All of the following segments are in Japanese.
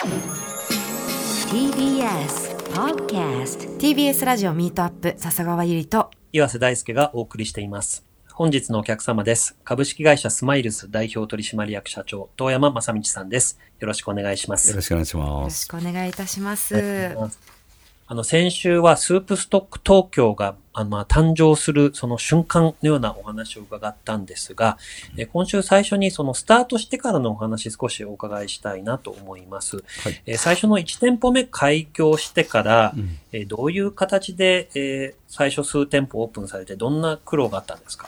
TBS Podcast TBS ラジオミートアップ笹川ゆりと岩瀬大輔がお送りしています。本日のお客様です。株式会社スマイルズ代表取締役社長遠山正道さんです。よろしくお願いします。 よろしくお願いします。 よろしくお願いいたします。 先週はスープストック東京が誕生するその瞬間のようなお話を伺ったんですが、今週最初にそのスタートしてからのお話少しお伺いしたいなと思います。はい、最初の1店舗目開業してから、どういう形で、最初数店舗オープンされてどんな苦労があったんですか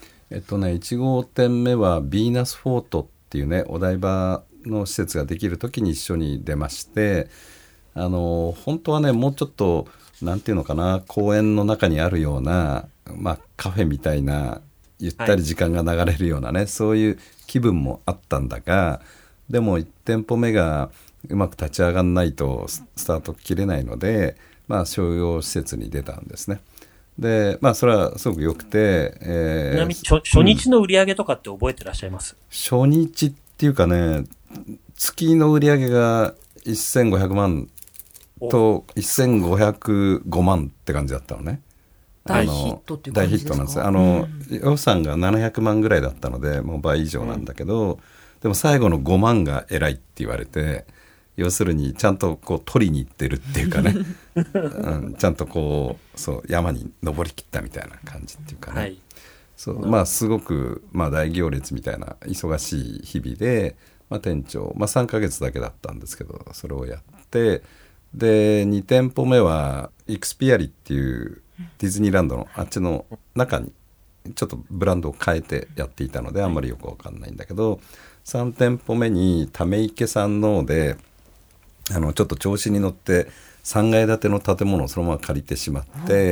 ？1号店目はヴィーナスフォートっていうね、お台場の施設ができる時に一緒に出まして、本当はねもうちょっとなんていうのかな、公園の中にあるような、カフェみたいなゆったり時間が流れるようなね、そういう気分もあったんだが、でも1店舗目がうまく立ち上がらないとスタート切れないので、商業施設に出たんですね。でそれはすごく良くて、 ちなみに初日の売り上げとかって覚えてらっしゃいます？ 初日っていうかね、月の売り上げが1500万と1505万って感じだったのね。 大ヒットっていう感じですか？ 大ヒットなんです。予算が700万ぐらいだったのでもう倍以上なんだけど、でも最後の5万が偉いって言われて、要するにちゃんとこう取りに行ってるっていうかね、ちゃんとこうそう山に登りきったみたいな感じっていうかね、はい、そうすごく大行列みたいな忙しい日々で、店長、3ヶ月だけだったんですけどそれをやって、で2店舗目はイクスピアリっていうディズニーランドのあっちの中にちょっとブランドを変えてやっていたのであんまりよくわかんないんだけど、3店舗目にため池さんのでちょっと調子に乗って3階建ての建物をそのまま借りてしまって、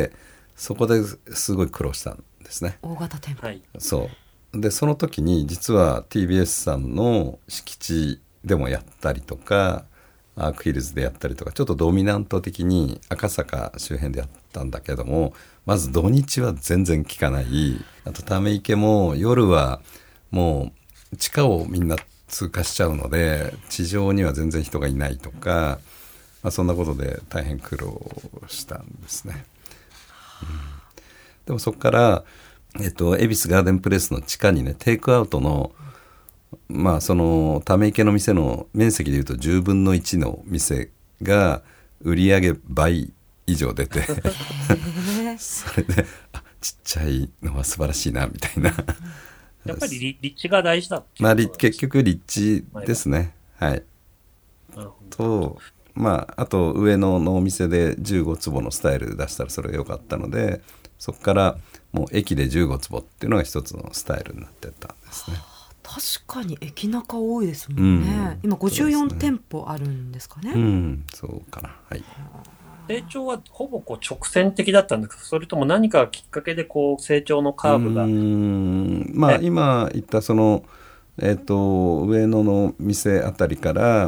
そこですごい苦労したんですね。 大型店舗、 そうでその時に実は TBS さんの敷地でもやったりとかアークヒルズでやったりとか、ちょっとドミナント的に赤坂周辺でやったんだけども、まず土日は全然効かない。あとため池も夜はもう地下をみんな通過しちゃうので地上には全然人がいないとか、そんなことで大変苦労したんですね。でもそこから恵比寿ガーデンプレスの地下にね、テイクアウトのそのため池の店の面積でいうと10分の1の店が売り上げ倍以上出てそれでちっちゃいのは素晴らしいなみたいなやっぱり立地が大事だっていう、 結局立地ですね。はい。とあと上野のお店で15坪のスタイル出したらそれが良かったので、そこからもう駅で15坪っていうのが一つのスタイルになってったんですね。 確かに駅中多いですもんね。今54店舗あるんですかね。 そうかな。はい。 成長はほぼ直線的だったんですか？それとも何かきっかけで成長のカーブが今言ったその、上野の店あたりから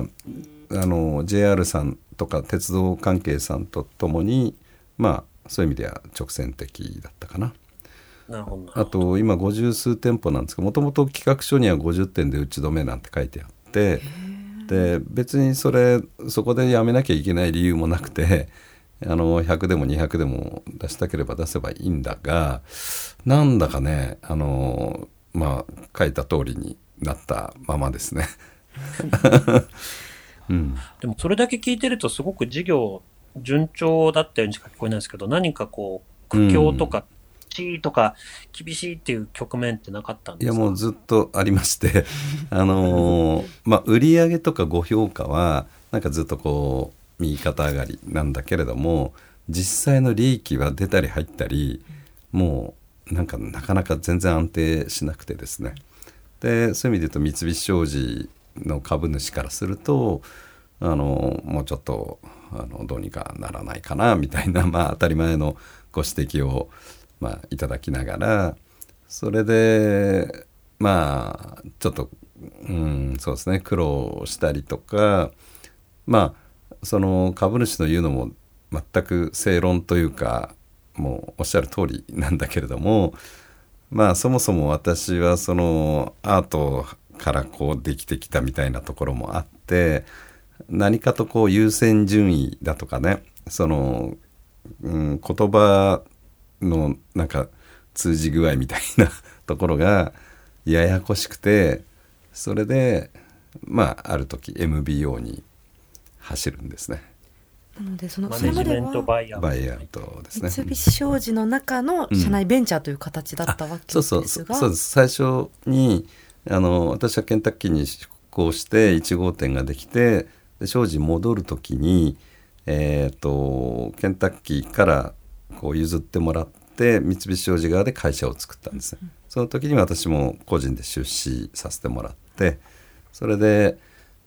JR さんとか鉄道関係さんとともにそういう意味では直線的だったかな。 なるほど。 あと今50数店舗なんですけど、もともと企画書には50店で打ち止めなんて書いてあって、で別にそこでやめなきゃいけない理由もなくて、100でも200でも出したければ出せばいいんだが、なんだかね書いた通りになったままですね。 でもそれだけ聞いてるとすごく事業順調だったようにしか聞こえないですけど、何か苦境とかとか厳しいっていう局面ってなかったんですか？ いやもうずっとありまして売上とかご評価はなんかずっと右肩上がりなんだけれども、実際の利益は出たり入ったり、もうなかなか全然安定しなくてですね。でそういう意味で言うと三菱商事の株主からするともうちょっとどうにかならないかなみたいな、当たり前のご指摘をいただきながら、それでちょっとそうですね、苦労したりとか、その株主の言うのも全く正論というか、もうおっしゃる通りなんだけれども、そもそも私はそのアートからできてきたみたいなところもあって、 何かとこう優先順位だとかね、言葉のなんか通じ具合みたいなところがややこしくて、それである時 MBO に走るんですね。 なのでそれマネジまでメントはバイアウト。 バイアウトですね。 三菱商事の中の社内ベンチャーという形だったわけですが、 そうです。最初に私はケンタッキーに出向して1号店ができて、で商事戻る時に、ケンタッキーからこう譲ってもらって三菱商事側で会社を作ったんですね。その時に私も個人で出資させてもらって、それで、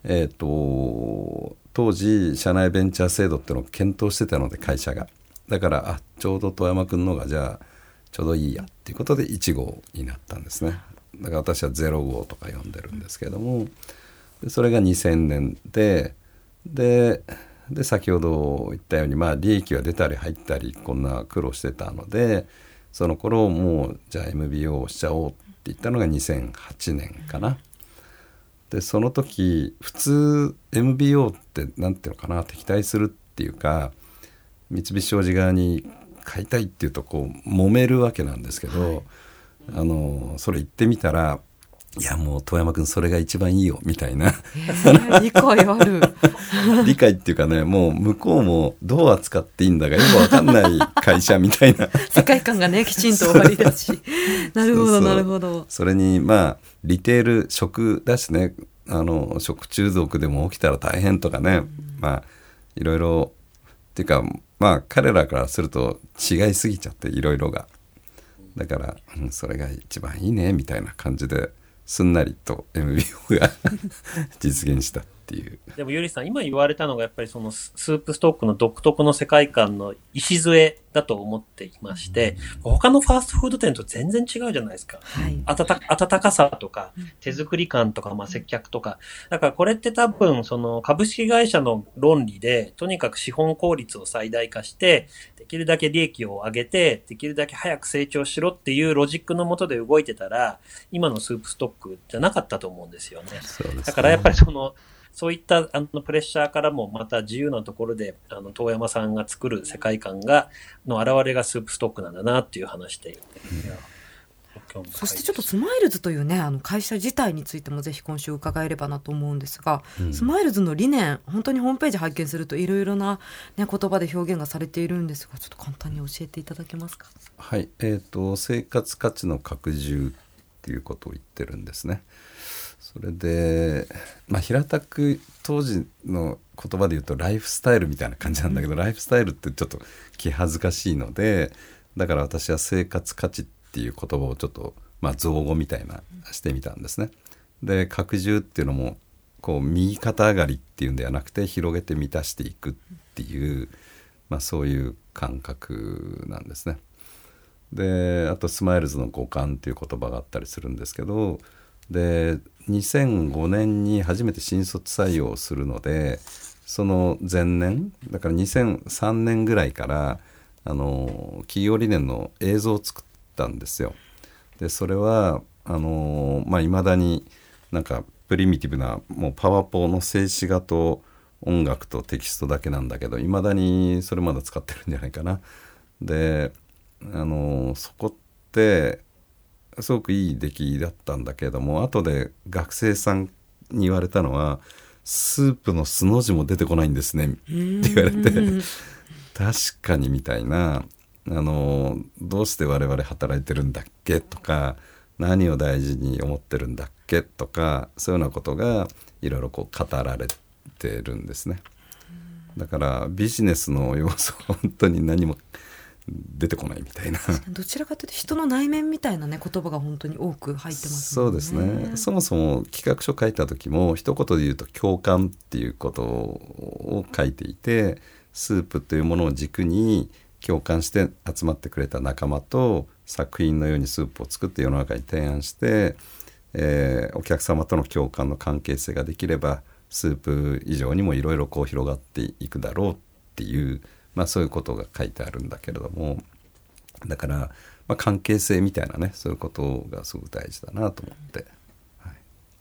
当時社内ベンチャー制度っていうのを検討してたので、会社がだからちょうど遠山くんのがじゃあちょうどいいやっていうことで1号になったんですね。だから私は0号とか呼んでるんですけれども、でそれが2000年で先ほど言ったように利益は出たり入ったりこんな苦労してたので、その頃もうじゃあ MBO をしちゃおうって言ったのが2008年かな。でその時普通 MBO ってなんていうのかな、敵対するっていうか、三菱商事側に買いたいっていうとこう揉めるわけなんですけど、それ言ってみたら、いやもう遠山くんそれが一番いいよみたいな理解ある理解っていうかね、もう向こうもどう扱っていいんだかよく分かんない会社みたいな世界観がねきちんと終わりだしなるほどなるほど。 それにリテール食だしね、食中毒でも起きたら大変とかね、いろいろっていうか彼らからすると違いすぎちゃって、いろいろがだから、それが一番いいねみたいな感じですんなりと MBO が実現したっていう。 でもゆりさん、今言われたのがやっぱりそのスープストックの独特の世界観の礎だと思っていまして、他のファーストフード店と全然違うじゃないですか。 はい、 温かさとか手作り感とか、接客とか。だからこれって多分その株式会社の論理で、とにかく資本効率を最大化して、できるだけ利益を上げて、できるだけ早く成長しろっていうロジックのもとで動いてたら、今のスープストックじゃなかったと思うんですよね。 そうですね。 だからやっぱりそういったプレッシャーからもまた自由なところで遠山さんが作る世界観の表れがスープストックなんだなっていう話で、 そしてちょっとスマイルズというね会社自体についてもぜひ今週伺えればなと思うんですが、スマイルズの理念本当にホームページ拝見するといろいろな、言葉で表現がされているんですが、ちょっと簡単に教えていただけますか。 はい、生活価値の拡充っていうことを言ってるんですね。それで、平たく当時の言葉で言うとライフスタイルみたいな感じなんだけど、ライフスタイルってちょっと気恥ずかしいので、だから私は生活価値っていう言葉をちょっと造語みたいなしてみたんですね。で拡充っていうのもこう右肩上がりっていうんではなくて広げて満たしていくっていう、そういう感覚なんですね。であとスマイルズの五感っていう言葉があったりするんですけど、で2005年に初めて新卒採用するので、その前年だから2003年ぐらいから企業理念の映像を作ったんですよ。でそれは未だになんかプリミティブなもうパワポの静止画と音楽とテキストだけなんだけど、未だにそれまだ使ってるんじゃないかな。でそこってすごくいい出来だったんだけれども、後で学生さんに言われたのは、スープの素の字も出てこないんですねって言われて確かにみたいな、どうして我々働いてるんだっけとか、何を大事に思ってるんだっけとか、そういうようなことがいろいろこう語られてるんですね。だからビジネスの要素は本当に何も出てこないみたいなどちらかというと人の内面みたいなね言葉が本当に多く入ってますもんね。 そうですね。そもそも企画書書いた時も一言で言うと共感っていうことを書いていて、スープというものを軸に共感して集まってくれた仲間と作品のようにスープを作って世の中に提案して、お客様との共感の関係性ができればスープ以上にもいろいろこう広がっていくだろうっていう、そういうことが書いてあるんだけれども、だから、関係性みたいなね、そういうことがすごく大事だなと思って、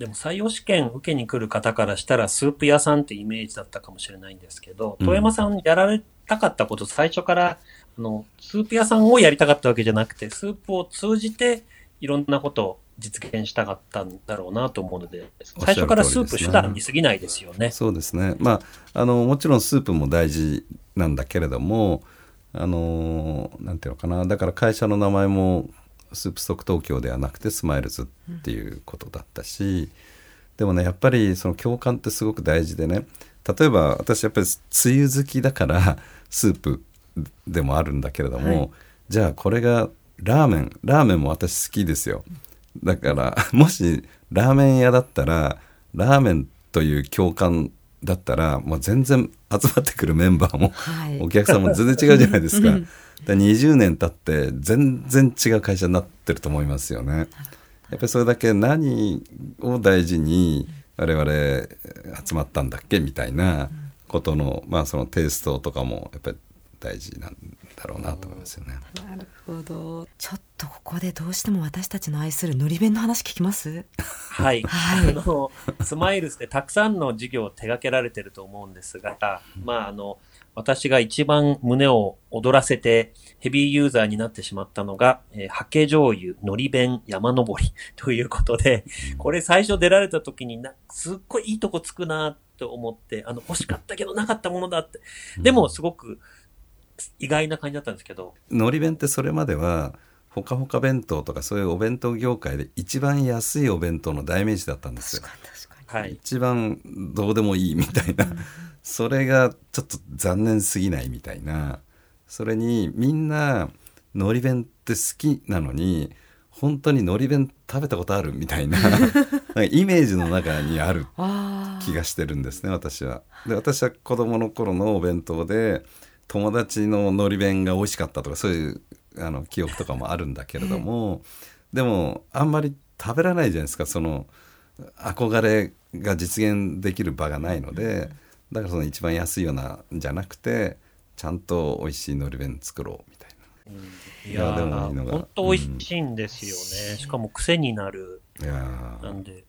でも採用試験受けに来る方からしたらスープ屋さんってイメージだったかもしれないんですけど、遠山さんやられたかったこと最初からスープ屋さんをやりたかったわけじゃなくて、スープを通じていろんなことを実現したかったんだろうなと思うので、最初からスープ手段に過ぎないですよね。 そうですね。もちろんスープも大事なんだけれども、なんていうのかな、だから会社の名前もスープストック東京ではなくてスマイルズっていうことだったし、でもね、やっぱりその共感ってすごく大事でね、例えば私やっぱりつゆ好きだからスープでもあるんだけれども、じゃあこれがラーメンも私好きですよ。だからもしラーメン屋だったら、ラーメンという共感だったらもう全然集まってくるメンバーも、お客さんも全然違うじゃないですか。20年経って全然違う会社になってると思いますよね。やっぱりそれだけ何を大事に我々集まったんだっけみたいなことの、そのテイストとかもやっぱり大事なんだろうなと思いますよね。 なるほど。ちょっとここでどうしても私たちの愛するのり弁の話聞きます？ はい、スマイルズでたくさんの事業を手掛けられてると思うんですが、私が一番胸を躍らせてヘビーユーザーになってしまったのが、ハケ醤油、のり弁、山登りということで、これ最初出られた時にすっごいいいとこつくなと思って、欲しかったけどなかったものだって。でもすごく意外な感じだったんですけど。 のり弁ってそれまでは、ほかほか弁当とかそういうお弁当業界で一番安いお弁当の代名詞だったんですよ。 確かに。 一番どうでもいいみたいな。それがちょっと残念すぎないみたいな。それにみんなのり弁って好きなのに、本当にのり弁食べたことあるみたいなイメージの中にある気がしてるんですね、私は。で、私は子供の頃のお弁当で友達ののり弁が美味しかったとか、そういう記憶とかもあるんだけれども、でもあんまり食べられないじゃないですか。その憧れが実現できる場がないので、だからその一番安いようなじゃなくて、ちゃんと美味しいのり弁作ろうみたいな。 でも本当美味しいんですよね。しかも癖になる。なんで、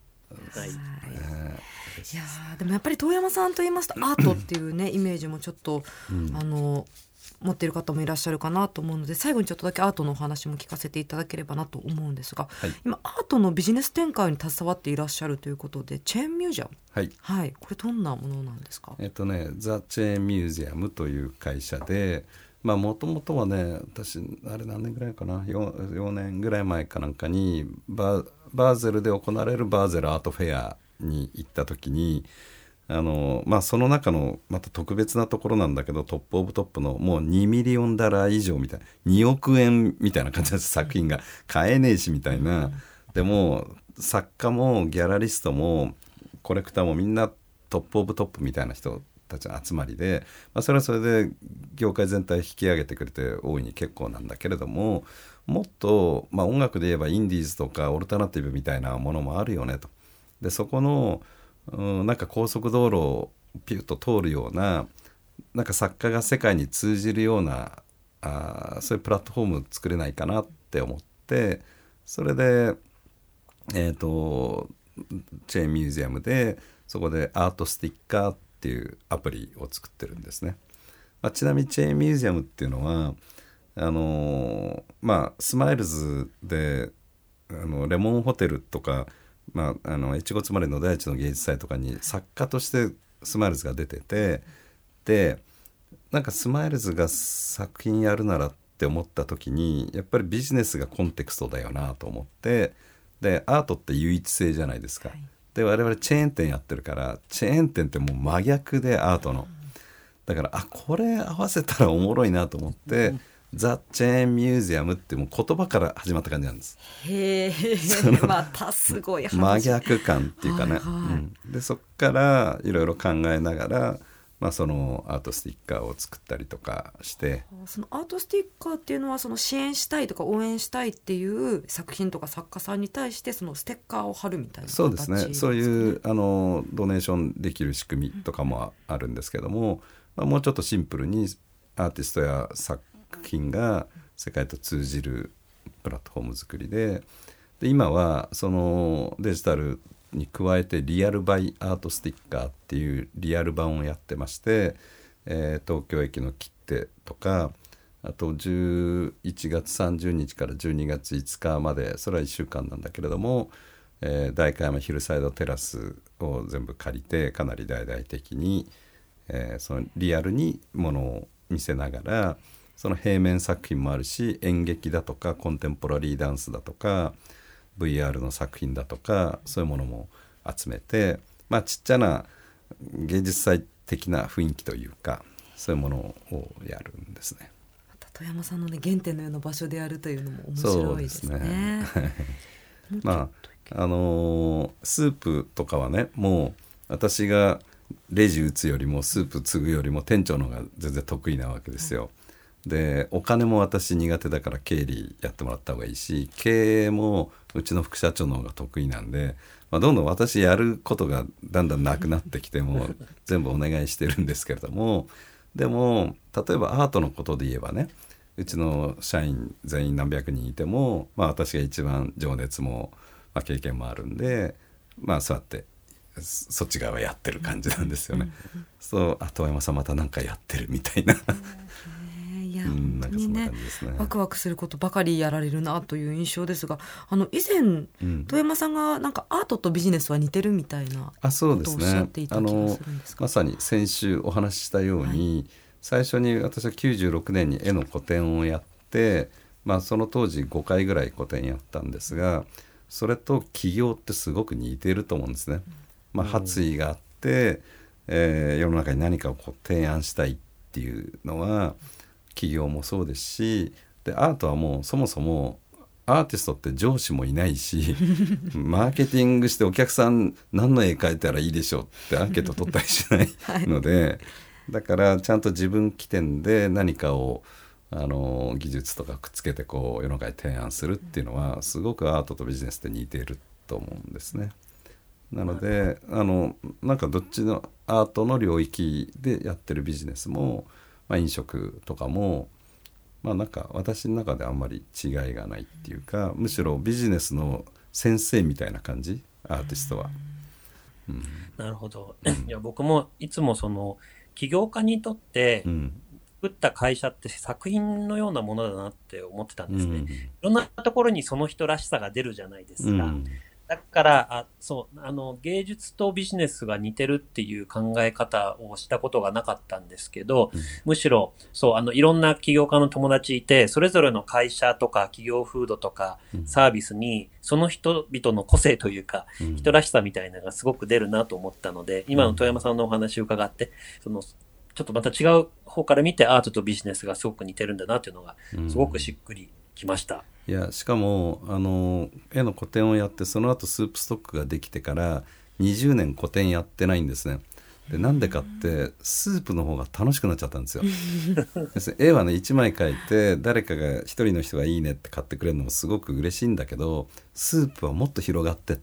いやでもやっぱり遠山さんと言いますとアートっていうねイメージもちょっと、持っている方もいらっしゃるかなと思うので、最後にちょっとだけアートのお話も聞かせていただければなと思うんですが、今アートのビジネス展開に携わっていらっしゃるということで、チェーンミュージアム、これどんなものなんですか？ ザ・チェーンミュージアムという会社で、もともとはね、私あれ何年ぐらいかな、4年ぐらい前かなんかにバーゼルで行われるバーゼルアートフェアに行った時に、その中のまた特別なところなんだけど、トップオブトップのもう$2ミリオン以上みたいな、2億円みたいな感じです。作品が買えねえしみたいな。でも作家もギャラリストもコレクターもみんなトップオブトップみたいな人たちの集まりで、それはそれで業界全体引き上げてくれて大いに結構なんだけれども、もっと、音楽で言えばインディーズとかオルタナティブみたいなものもあるよねと。でそこのなんか高速道路をピュッと通るような、なんか作家が世界に通じるようなそういうプラットフォーム作れないかなって思って、それでチェーンミュージアムでそこでアートスティッカーっていうアプリを作ってるんですね。ちなみにチェーンミュージアムっていうのはスマイルズでレモンホテルとか、越後妻有の第一の芸術祭とかに作家としてスマイルズが出てて、でなんかスマイルズが作品やるならって思った時に、やっぱりビジネスがコンテクストだよなと思って、でアートって唯一性じゃないですか。で我々チェーン店やってるから、チェーン店ってもう真逆でアートの、だからこれ合わせたらおもろいなと思って、ザ・チェーンミュージアムってもう言葉から始まった感じなんです。 へー、またすごい話。 真逆感っていうかね、でそっからいろいろ考えながら、そのアートスティッカーを作ったりとかして、 そのアートスティッカーっていうのはその支援したいとか応援したいっていう作品とか作家さんに対してそのステッカーを貼るみたいな形ですかね。 そうですね、そういうドネーションできる仕組みとかもあるんですけども、もうちょっとシンプルにアーティストや作品が世界と通じるプラットフォーム作りで、今はそのデジタルに加えてリアルバイアートステッカーっていうリアル版をやってまして、東京駅の切手とか、あと11月30日から12月5日まで、それは1週間なんだけれども、代官山ヒルサイドテラスを全部借りて、かなり大々的に、そのリアルにものを見せながら、その平面作品もあるし、演劇だとかコンテンポラリーダンスだとか VR の作品だとか、そういうものも集めて、ちっちゃな芸術祭的な雰囲気というか、そういうものをやるんですね。 富山さんのね、原点のような場所であるというのも面白いですね。 スープとかはね、もう私がレジ打つよりもスープ継ぐよりも店長の方が全然得意なわけですよ。でお金も私苦手だから経理やってもらった方がいいし、経営もうちの副社長の方が得意なんで、どんどん私やることがだんだんなくなってきても全部お願いしてるんですけれども、でも例えばアートのことで言えばね、うちの社員全員何百人いても、私が一番情熱も、経験もあるんで、そうやってそっち側やってる感じなんですよね。そう、遠山さんまた何かやってるみたいな。 いや、本当にね、ワクワクすることばかりやられるなという印象ですが、以前、遠山さんがなんかアートとビジネスは似てるみたいなことをおっしゃっていた気がするんですか。 まさに先週お話ししたように、最初に私は96年に絵の個展をやって、その当時5回ぐらい個展やったんですが、それと起業ってすごく似ていると思うんですね。発意があって、世の中に何かを提案したいっていうのは起業もそうですし、でアートはもうそもそもアーティストって上司もいないしマーケティングしてお客さん何の絵描いたらいいでしょうってアンケート取ったりしないので、だからちゃんと自分起点で何かを技術とかくっつけて世の中に提案するっていうのはすごくアートとビジネスって似ていると思うんですね。なのでなんかどっちのアートの領域でやってるビジネスも、飲食とかも、なんか私の中であんまり違いがないっていうか、むしろビジネスの先生みたいな感じ、アーティストは。 なるほど。いや、僕もいつもその起業家にとって、作った会社って作品のようなものだなって思ってたんですね。いろんなところにその人らしさが出るじゃないですか。だから芸術とビジネスが似てるっていう考え方をしたことがなかったんですけど、むしろいろんな起業家の友達いて、それぞれの会社とか企業風土とかサービスにその人々の個性というか、人らしさみたいなのがすごく出るなと思ったので、今の遠山さんのお話を伺って、ちょっとまた違う方から見てアートとビジネスがすごく似てるんだなっていうのがすごくしっくりきました。 いや、しかも絵の個展をやって、その後スープストックができてから20年個展やってないんですね。でなんでかってスープの方が楽しくなっちゃったんですよ。絵はね、1枚描いて誰かが一人の人がいいねって買ってくれるのもすごく嬉しいんだけど、スープはもっと広がってって、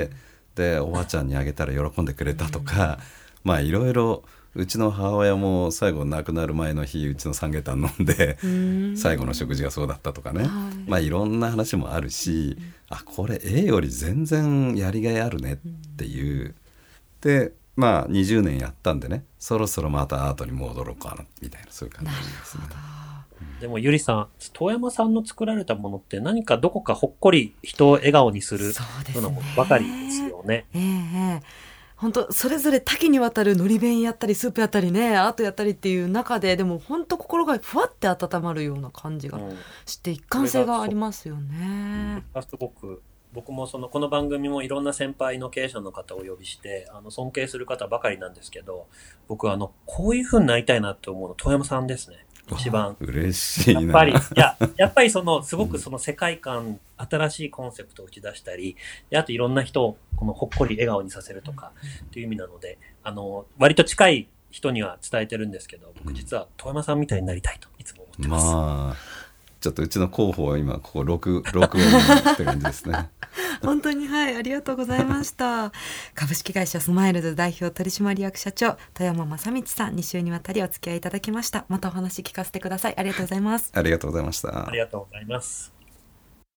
でおばあちゃんにあげたら喜んでくれたとか、いろいろ。うちの母親も最後亡くなる前の日、うちのサムゲタン飲んで最後の食事がそうだったとかね、いろんな話もあるし、これ絵より全然やりがいあるねっていう。で20年やったんでね、そろそろまたアートに戻ろうかなみたいな、そういう感じですね。 でもゆりさん、遠山さんの作られたものって何かどこかほっこり人を笑顔にするようなものばかりですよね。 本当それぞれ多岐にわたるのり弁やったりスープやったりね、アートやったりっていう中で、でも本当心がふわって温まるような感じがして一貫性がありますよね。 すごく僕もこの番組もいろんな先輩の経営者の方をお呼びして尊敬する方ばかりなんですけど、僕こういう風になりたいなと思うの遠山さんですね。一番嬉しいな。 やっぱりすごく世界観、新しいコンセプトを打ち出したり、あといろんな人をほっこり笑顔にさせるとかっていう意味なので、割と近い人には伝えてるんですけど、僕実は遠山さんみたいになりたいといつも思ってます。 ちょっとうちの広報は今ここ録音って感じですね。 本当にありがとうございました。株式会社スマイルズ代表取締役社長遠山正道さん、2週にわたりお付き合いいただきました。またお話聞かせてください。ありがとうございます。 ありがとうございました。 ありがとうございます。